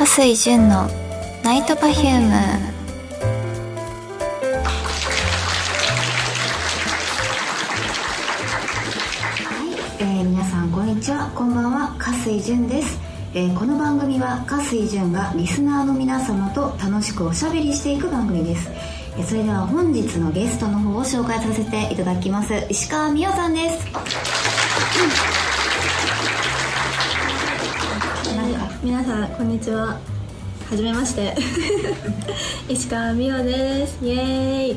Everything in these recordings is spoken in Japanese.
水純のナイトパフューム。 皆さんこんにちは、こんばんは、加水純です。この番組は加水純がリスナーの皆様と楽しくおしゃべりしていく番組です。それでは本日のゲストの方を紹介させていただきます。石川美代さんです。 皆さんこんにちは、はじめまして石川美代です。イエーイ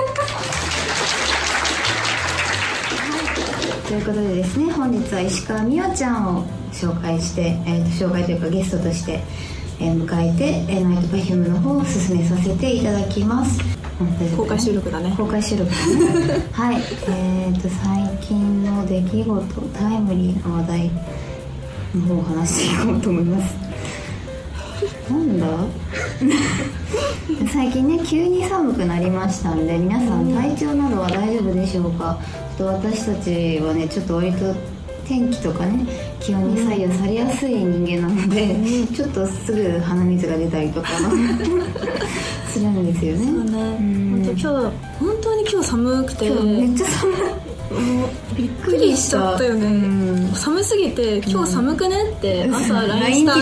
ということでですね、本日は石川美代ちゃんを紹介して、紹介というかゲストとして、迎えて、ナイトパフュームの方を進めさせていただきます。 公開収録だね。 公開収録だねはい、最近の出来事、タイムリーな話題の方を話していこうと思いますなんだ最近ね、急に寒くなりましたんで、皆さん体調などは大丈夫でしょうか。私たちはね、ちょっと割と天気とかね、気温に左右されやすい人間なので、ちょっとすぐ鼻水が出たりとかするんですよね。 そうね、本当に今日寒くて、 今日めっちゃ寒い。 もうびっくりしちゃったよね。寒すぎて今日寒くねって朝 LINE した、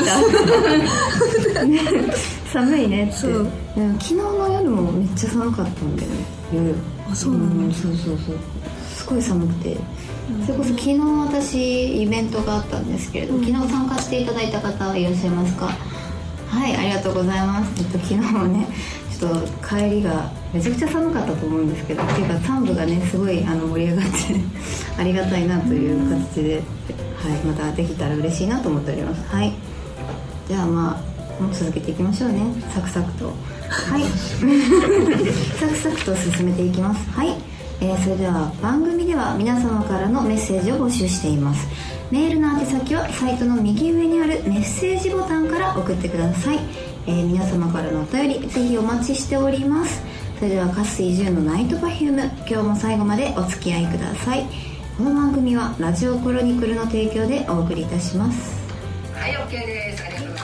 寒いねって。 そう、 でも昨日の夜もめっちゃ寒かったんだよね、夜。 あ、そうなんだ。 そうすごい寒くて、それこそ昨日私イベントがあったんですけれど、昨日参加していただいた方はいらっしゃいますか。はい、ありがとうございます。昨日はね、ちょっと帰りがめちゃくちゃ寒かったと思うんですけど、っていうか3部がね、すごい盛り上がってありがたいなという形で、はい、またできたら嬉しいなと思っております。はい、じゃあもう続けていきましょうね、サクサクと。はいサクサクと進めていきます。はい、それでは番組では皆様からのメッセージを募集しています。メールの宛先はサイトの右上にあるメッセージボタンから送ってください。皆様からのお便りぜひお待ちしております。それでは加水純のナイトパフューム、今日も最後までお付き合いください。この番組はラジオクロニクルの提供でお送りいたします。 はい、 OK です。ありがとうございます。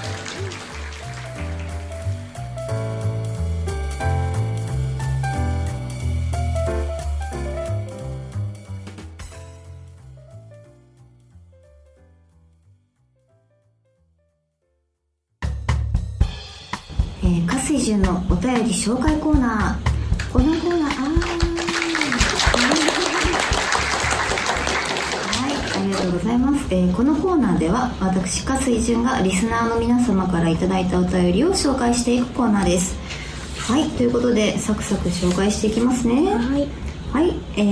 加水純のお便り紹介コーナー。このコーナー、はい、ありがとうございます。このコーナーでは私加水純がリスナーの皆様からいただいたお便りを紹介していくコーナーです。はい、ということでサクサク紹介していきますね。はい、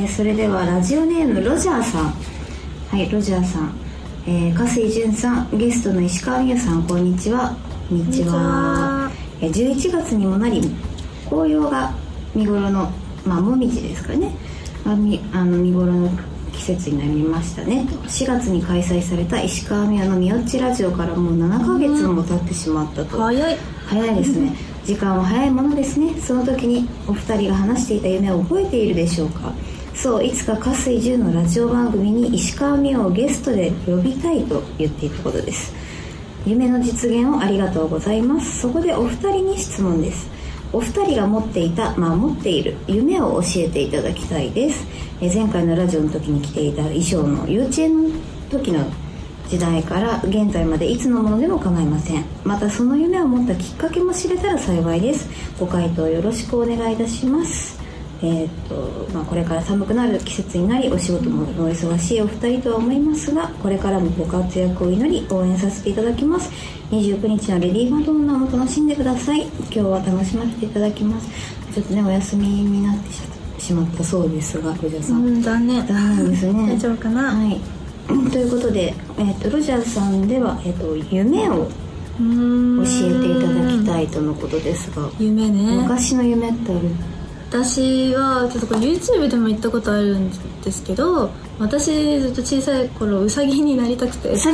それではラジオネームロジャーさん。はい、ロジャーさん、加水純さん、ゲストの石川美代さん、こんにちは。こんにちは。11月にもなり、紅葉が見頃の、もみじですかね、見頃の季節になりましたね。4月に開催された石川美代のみよっちラジオからもう7ヶ月も経ってしまったと。早いですね時間は早いものですね。その時にお二人が話していた夢を覚えているでしょうか。そう、いつか加水純のラジオ番組に石川美代をゲストで呼びたいと言っていたことです。夢の実現をありがとうございます。そこでお二人に質問です。お二人が持っている夢を教えていただきたいです。前回のラジオの時に着ていた衣装の幼稚園の時の時代から現在までいつのものでも構いません。またその夢を持ったきっかけも知れたら幸いです。ご回答よろしくお願いいたします。これから寒くなる季節になり、お仕事もお忙しいお二人とは思いますが、これからもご活躍を祈り応援させていただきます。29日のレディー・マドンナも楽しんでください。今日は楽しませていただきます。ちょっとね、お休みになってしまったそうですが、ロジャーさん、 残念ですね。 大丈夫かな。 はい、ということで、ロジャーさんでは、夢を教えていただきたいとのことですが。 夢ね。 昔の夢ってある？ 私はちょっとこれ YouTube でも言ったことあるんですけど、私ずっと小さい頃ウサギになりたくて。ウサギ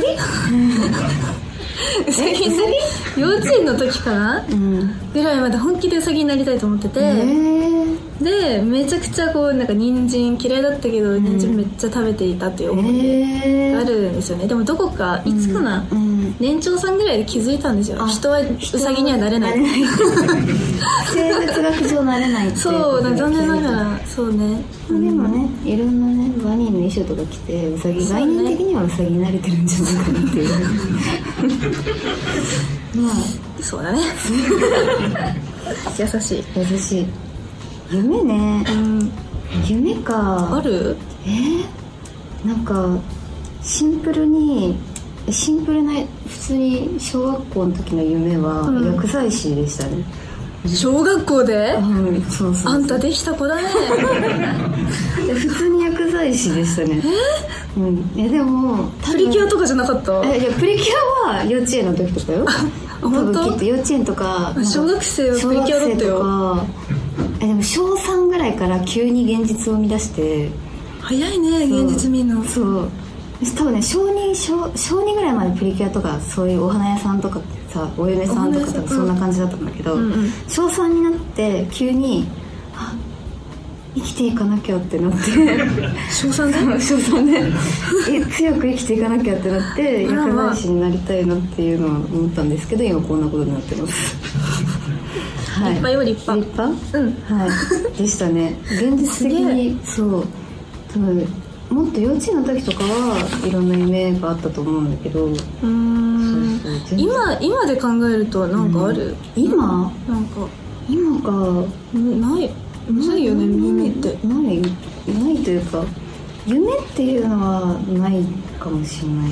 幼稚園の時かな、ぐらいまで本気でウサギになりたいと思ってて、でめちゃくちゃ人参嫌いだったけど、人参めっちゃ食べていたっていう思い出があるんですよね。でもどこかいつかな、 年長さんぐらいで気づいたんですよ。人はウサギにはなれない生物学上なれないっていうそう残念ながらそうね。 でもねいろんなねバニーの衣装とか着てウサギ概念的にはウサギに慣れてるんじゃないかなっていうまあそうだね優しい優しい夢ね、夢かある？ なんかシンプルな普通に小学校の時の夢は薬剤師でしたね。 小学校で？ そうあんたできた子だね普通に薬剤師でしたね。いやでもプリキュアとかじゃなかった？ いやプリキュアは幼稚園の時とかよ多分きっと幼稚園とか小学生はプリキュアだったよ。 でも小3ぐらいから急に現実を生み出して早いね現実見るの。 そう多分ね小2ぐらいまでプリキュアとかそういうお花屋さんとかさお嫁さんとかそんな感じだったんだけど、小3になって急に生きていかなきゃってなって小3で小3で強く生きていかなきゃってなって薬剤師になりたいなっていうのを思ったんですけど今こんなことになってます立派よ立派はいでしたね。現実的にそう多分もっと幼稚園の時とかはいろんな夢があったと思うんだけど今で考えるとなんかある？今かないよね夢ってないというか夢っていうのはないかもしれない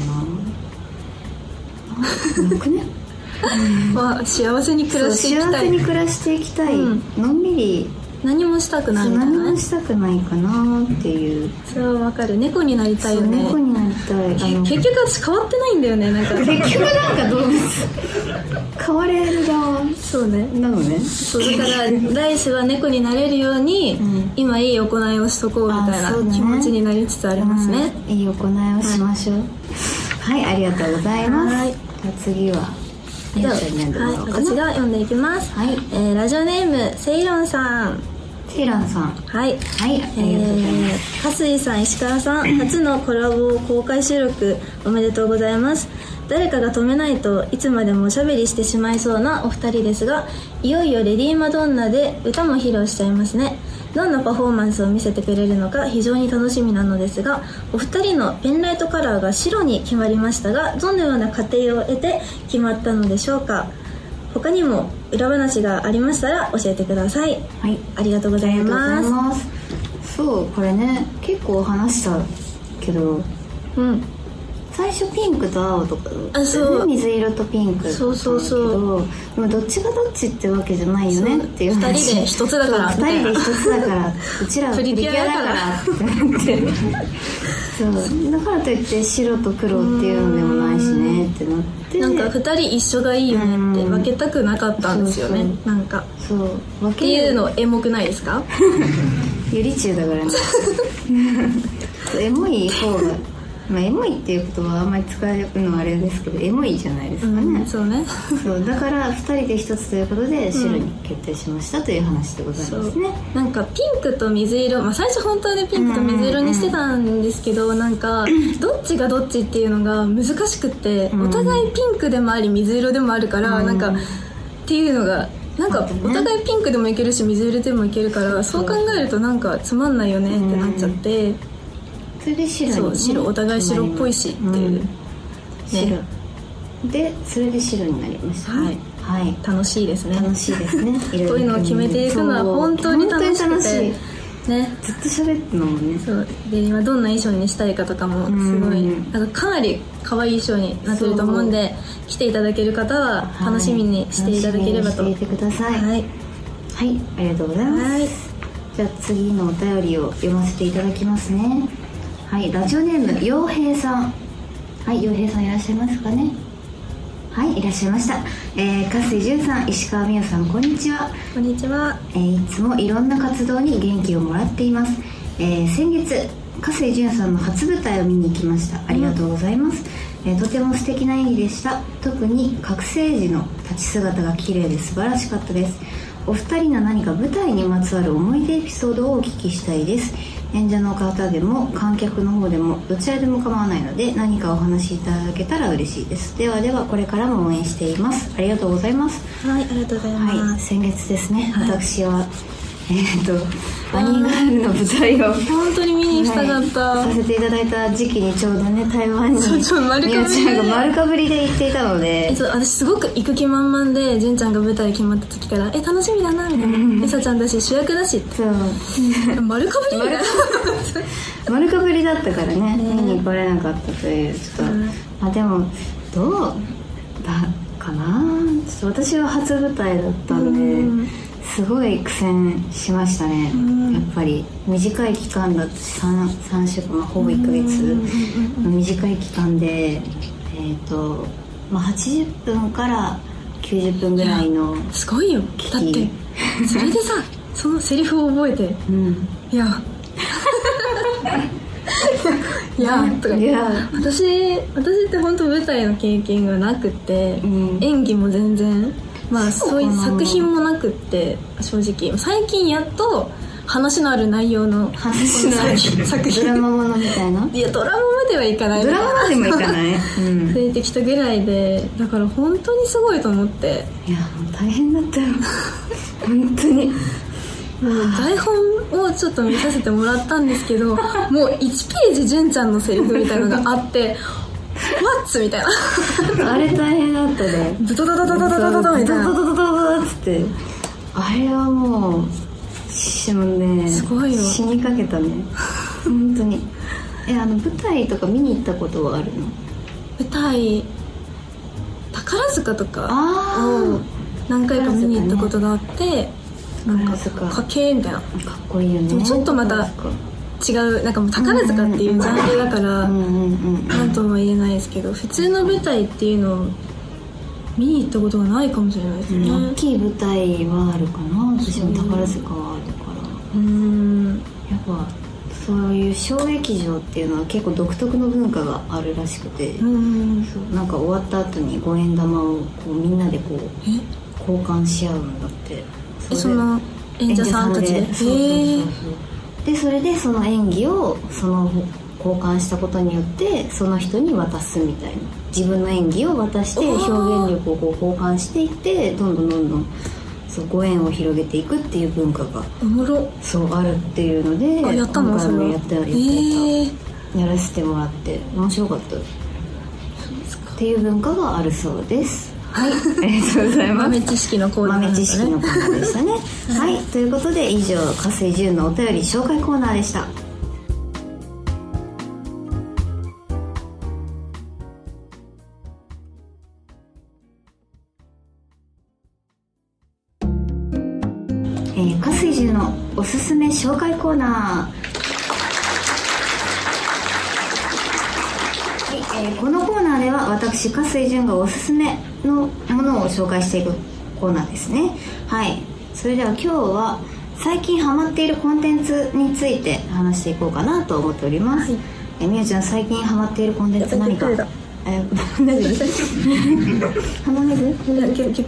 なくね幸せに暮らしていきたい。 幸せに暮らしていきたい、のんびり何もしたくないみたいな。 何もしたくないかなっていう。 そう分かる。猫になりたいよね。 猫になりたい。 結局私変わってないんだよね。なんか結局なんか動物変われる側そうねなのね。 そうだから来世は猫になれるように、今いい行いをしとこうみたいな気持ちになりつつありますね。 いい行いをしましょう。はい、ありがとうございます。じゃあ次は私が読んでいきます。ラジオネームセイロンさん。 セイロンさん、 はい、かすいさん、石川さん、初のコラボ公開収録おめでとうございます。誰かが止めないといつまでもおしゃべりしてしまいそうなお二人ですが、いよいよレディーマドンナで歌も披露しちゃいますね。どんなパフォーマンスを見せてくれるのか非常に楽しみなのですが、お二人のペンライトカラーが白に決まりましたが、どのような過程を得て決まったのでしょうか。他にも裏話がありましたら教えてください。はい、ありがとうございます。 そうこれね結構話したけど、最初ピンクと青とか水色とピンクそうでもどっちがどっちってわけじゃないよねっていう話。 2人で一つだから 2人で一つだからうちらはプリキュアだからってなってそうだからといって白と黒っていうのでもないしねってなって、 なんか2人一緒がいいよねって分けたくなかったんですよね。なんかそうっていうのエモくないですか？ ユリチュウだからねエモい方がエモいっていうことはあんまり使うのはあれですけどエモいじゃないですかね。 そうねそうだから2人で一つということで白に決定しましたという話でございますね。 なんかピンクと水色、最初本当はねピンクと水色にしてたんですけど、なんかどっちがどっちっていうのが難しくって、お互いピンクでもあり水色でもあるから、なんかっていうのがなんかお互いピンクでもいけるし水色でもいけるから、そう考えるとなんかつまんないよねってなっちゃって、 それで白に、 白お互い白っぽいしっていう、 白でそれで白になりましたね。はい、 楽しいですね。 楽しいですね。 こういうのを決めていくのは本当に楽しくてね、 ずっと喋ってるのもね。 そうで今どんな衣装にしたいかとかもすごいなんかかなり可愛い衣装になってると思うんで、来ていただける方は楽しみにしていただければと。 楽しみにしていてください。はい、ありがとうございます。じゃあ次のお便りを読ませていただきますね。はい、ラジオネーム陽平さん。はい、陽平さんいらっしゃいますかね。はい、いらっしゃいました。粕井純さん、石川美代さん、こんにちは。 こんにちは。 いつもいろんな活動に元気をもらっています。先月粕井純さんの初舞台を見に行きました。ありがとうございます。とても素敵な演技でした。特に覚醒時の立ち姿が綺麗で素晴らしかったです。お二人の何か舞台にまつわる思い出エピソードをお聞きしたいです。 演者の方でも観客の方でもどちらでも構わないので何かお話しいただけたら嬉しいです。ではではこれからも応援しています。ありがとうございます。 はい、ありがとうございます。 はい、先月ですね、私はバニーガールの舞台を本当に見に行きたかった、 させていただいた時期にちょうどね台湾にみおちゃんが丸かぶりで行っていたので、 私すごく行く気満々で純ちゃんが舞台決まった時から楽しみだなみたいな、りさちゃんだし主役だしって丸かぶりみたいな丸かぶりだったからね、見に来れなかったというちょっと、でもどうだかな。ちょっと私は初舞台だったんで、すごい苦戦しましたね。やっぱり短い期間だと 3週間、ほぼ1ヶ月の短い期間で80分から90分ぐらいのすごいよ。だってそれでさそのセリフを覚えていやいやとか私って本当舞台の経験がなくて、演技も全然そういう作品もなくって正直最近やっと話のある内容の作品ドラマものみたいな、 いやドラマまではいかない、 ドラマまでもいかない、 増えてきたぐらいで、だから本当にすごいと思って。 いやもう大変だったよ本当に台本をちょっと見させてもらったんですけどもう1ページ純ちゃんのセリフみたいなのがあってワッツみたいなあれ大変だったね。 ドドドドドドドドドみたいなドドドドドドってあれはもうすごいよ、死にかけたね本当に。舞台とか見に行ったことはあるの？ 舞台宝塚とかを何回か見に行ったことがあって、なんかかっけーみたいな、かっこいいよね。 でもちょっとまた違う、なんかもう宝塚っていうジャンルだから何とも言えないですけど、普通の舞台っていうのを見に行ったことがないかもしれないですね。 大きい舞台はあるかな。私も宝塚はあるから、やっぱそういう小劇場っていうのは結構独特の文化があるらしくて、なんか終わった後に5円玉をこうみんなでこう交換し合うんだって。 その演者さんたちででそれでその演技をその交換したことによってその人に渡すみたいな、自分の演技を渡して表現力をこう交換していってどんどんそうご縁を広げていくっていう文化がそうあるっていうので、 やったの？ 今回もやらせてもらって面白かったっていう文化があるそうです。はい、ありがとうございます。 豆知識のコーナーでしたね。 豆知識のコーナーでしたねはい、ということで以上加水純のお便り紹介コーナーでした。加水純のおすすめ紹介コーナー。このコーナーでは私加水純がおすすめのものを紹介していくコーナーですね。はい、それでは今日は最近ハマっているコンテンツについて話していこうかなと思っております。みおちゃん最近ハマっているコンテンツ何か？鼻水？鼻水？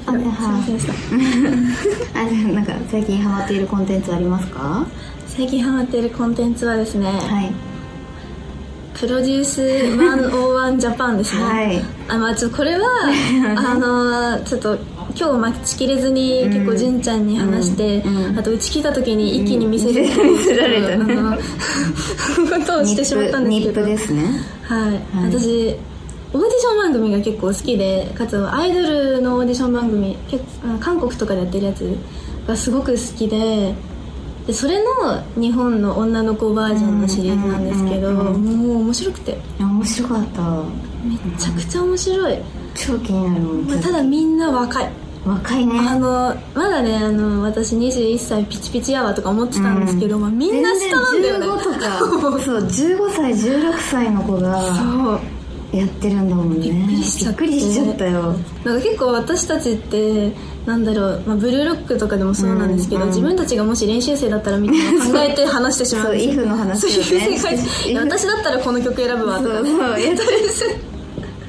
なんか最近ハマっているコンテンツありますか？ 最近ハマっているコンテンツはですね、プロデュース101ジャパンですね。ちょっとこれはちょっと今日待ちきれずに結構純ちゃんに話して、あとうち来た時に一気に見せられたことをしてしまったんですけど、 ニップですね。 私オーディション番組が結構好きで、かつアイドルのオーディション番組韓国とかでやってるやつがすごく好きで、それの日本の女の子バージョンのシリーズなんですけど、もう面白くて。 面白かった。 めちゃくちゃ面白い。 超気になるもん。 ただみんな若いね。まだね私21歳ピチピチやわとか思ってたんですけど、みんな下なんだよね。 15とかそう15歳16歳の子がやってるんだもんね。びっくりしちゃったよ。 なんか結構私たちってなんだろう、ブルーロックとかでもそうなんですけど、自分たちがもし練習生だったらみたいな考えて話してしまうんですよ。 そう、イフの話よね。 私だったらこの曲選ぶわとかね、やったりする。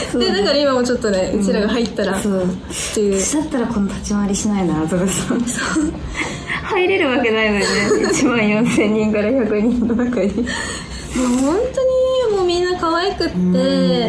でだから今もちょっとね、うちらが入ったら、 そうっていうだったらこの立ち回りしないなとかさ入れるわけないのにね14,000人から100人の中にもう本当にもうみんな可愛くって、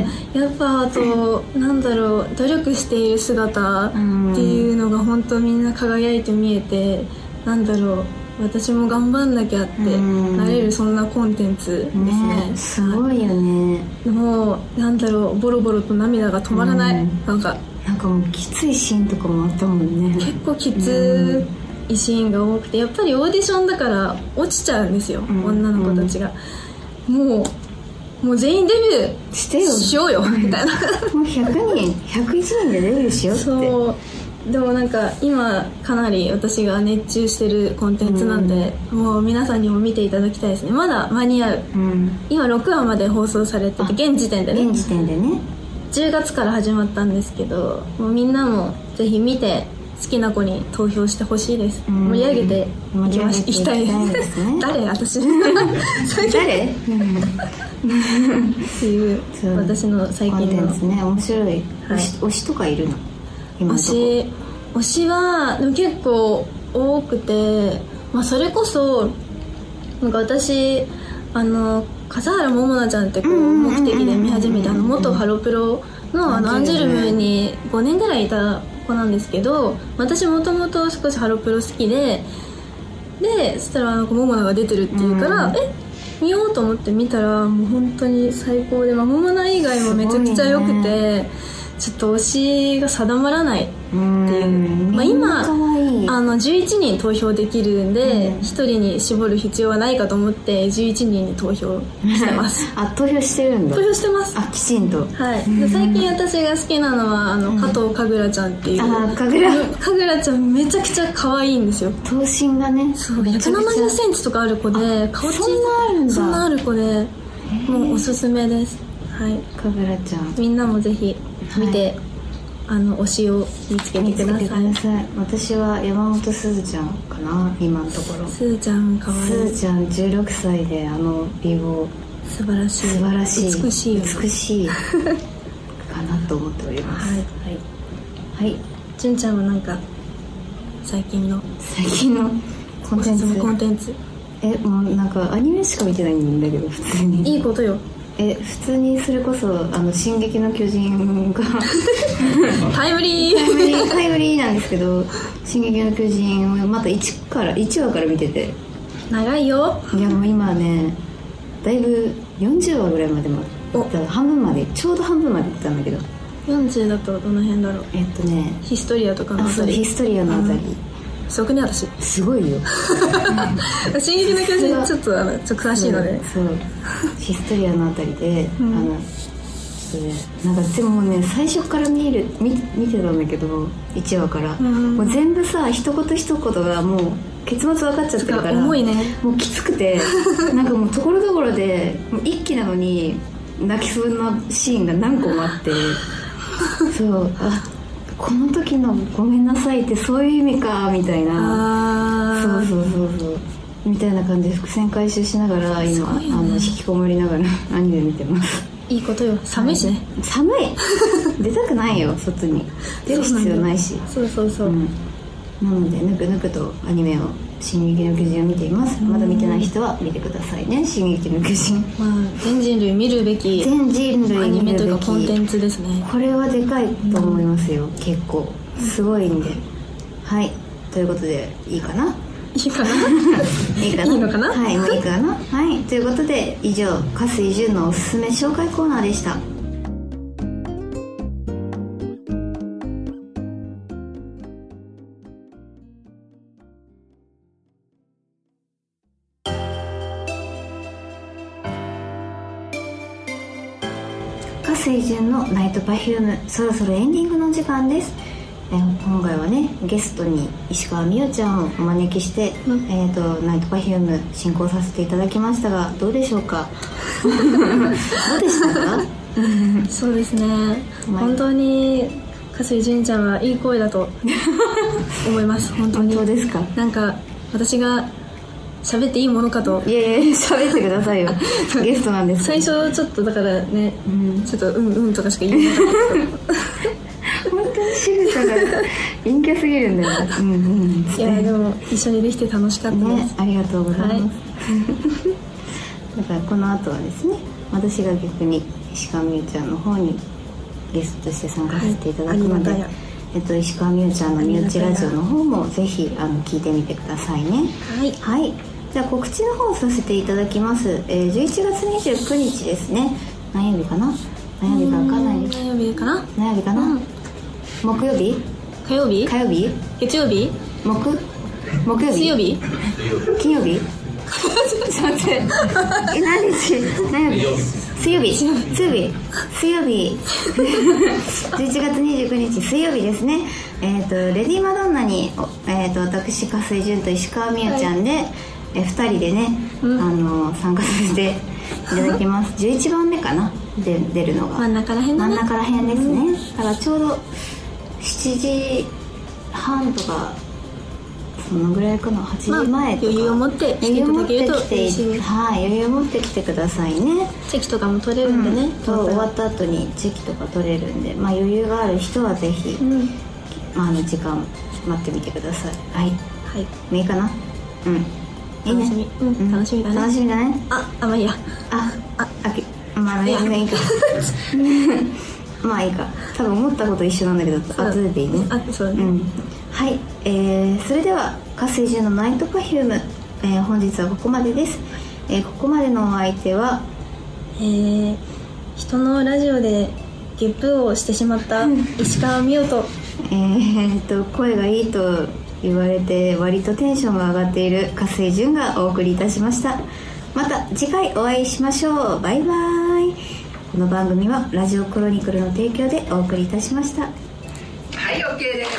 やっぱあとなんだろう、努力している姿っていうのが本当みんな輝いて見えて、なんだろう、私も頑張んなきゃってなれる、そんなコンテンツですね。 すごいよね。 もうなんだろう、ボロボロと涙が止まらない、なんかもうきついシーンとかもあったもんね。 結構きついシーンが多くて、やっぱりオーディションだから落ちちゃうんですよ、女の子たちが。もう全員デビューしてよしようよみたいなもう101人でデビューしようって。 そうでもなんか今かなり私が熱中してるコンテンツなんで、もう皆さんにも見ていただきたいですね。まだ間に合う、今6話まで放送されてて、現時点でね10月から始まったんですけど、もうみんなもぜひ見て好きな子に投票してほしいです。盛り上げていきたいですね。誰？私誰？ っていう私の最近のコンテンツね。面白い。推しとかいるの？ 推しはでも結構多くて、それこそなんか私笠原桃奈ちゃんって目的で見始めた元ハロプロのアンジュルムに5年ぐらいいた子なんですけど、私もともと少しハロプロ好きでそしたら桃奈が出てるっていうから、見ようと思って見たらもう本当に最高で、桃奈以外もめちゃくちゃ良くて、ちょっと推しが定まらないっていう、今11人投票できるんで、1人に絞る必要はないかと思って11人に投票してます投票してるんだ。 投票してます。 きちんと。 で最近私が好きなのは加藤かぐらちゃんっていう、かぐらちゃんめちゃくちゃ可愛いんですよ。 頭身がね、 そう170センチとかある子で、顔小さい、そんなある子で、もうおすすめです。 かぐらちゃん、 みんなもぜひ見て、推しを見つけてください。 私は山本すずちゃんかな、今のところ。 すずちゃん可愛い。 すずちゃん16歳で美貌素晴らしい美しいかなと思っております。 純ちゃんはなんか最近のコンテンツもうなんかアニメしか見てないんだけど、普通にいいことよ。 普通にそれこそ進撃の巨人がタイムリーなんですけど、進撃の巨人をまた1話から見てて、 長いよ。 いやもう今ね、だいぶ40話ぐらいまで半分まで、ちょうど半分まで行ったんだけど。 40だとどの辺だろう。ヒストリアとかのあたり。 ヒストリアのあたり、 すごくね、私すごいよ進撃の巨人ちょっと詳しいので、 そうヒストリアのあたりで、なんかでもね、最初から見てたんだけど、1話から、もう全部さ、一言一言がもう結末分かっちゃってるから、 重いね、 もうきつくてなんかもうところどころでもう一気なのに泣きそうなシーンが何個もあってそうこの時のごめんなさいってそういう意味かみたいな、そうみたいな感じで伏線回収しながら今、引きこもりながらアニメ見てます。 いいことよ。寒いしね。 寒い出たくないよ、外に出る必要ないし。 そう、 なのでぬくぬくとアニメを進撃の巨人を見ています。まだ見てない人は見てくださいね、進撃の巨人。 全人類見るべきアニメというかコンテンツですね。 これはでかいと思いますよ、結構すごいんで。ということでいいかな。いいのかな。もういいかな。ということで以上、粕井純のおすすめ紹介コーナーでした。粕井純のナイトパフューム、そろそろエンディングの時間です。今回はね、ゲストに石川美代ちゃんをお招きして、ナイトパフューム進行させていただきましたが、どうでしょうかどうでしたかそうですね、本当に粕井純ちゃんはいい声だと思います。本当ですか。なんか私が喋っていいものかと。 いやいや喋ってくださいよゲストなんです最初ちょっとだからね、ちょっとうんとかしか言えなかったけど本当に仕草が陰キャすぎるんだよね。 いやでも一緒にできて楽しかったです、 ね、ありがとうございます、 はいだからこの後はですね、私が逆に石川美羽ちゃんの方にゲストとして参加させていただくので、石川美羽ちゃんの身内ラジオの方もぜひ聞いてみてくださいね。はい、じゃあ告知の方をさせていただきます。11月29日ですね。何曜日かな、何曜日か分かんないです。 何曜日かな、 木曜日、 火曜日、月曜日、木曜日、水曜日、 金曜日ちょっと待って何日水曜日11月29日水曜日ですね。レディーマドンナに私加瀬淳と石川美羽ちゃんで、2人でね、参加させていただきます11番目かなで出るのが真ん中ら辺ですね、だからちょうど7時半とかそのぐらいかな、8時前とか、 余裕を持って来ていただけると嬉しいです。 余裕を持って来てくださいね。 席とかも取れるんでね、 終わった後にチェキとか取れるんで、余裕がある人はぜひ、時間待ってみてください。はい、いいかな。いいね、 楽しみだね。 楽しみだね。 まあいいや、 いいかまあいいか、多分思ったこと一緒なんだけど後でいいね。 そうね、 はい、それでは加瀬淳のナイトパフューム、本日はここまでです。ここまでのお相手は、 人のラジオでゲップをしてしまった石川美羽と声がいいと言われて割とテンションが上がっている加瀬淳がお送りいたしました。また次回お会いしましょう。バイバイ。この番組はラジオクロニクルの提供でお送りいたしました。 はい、OK です。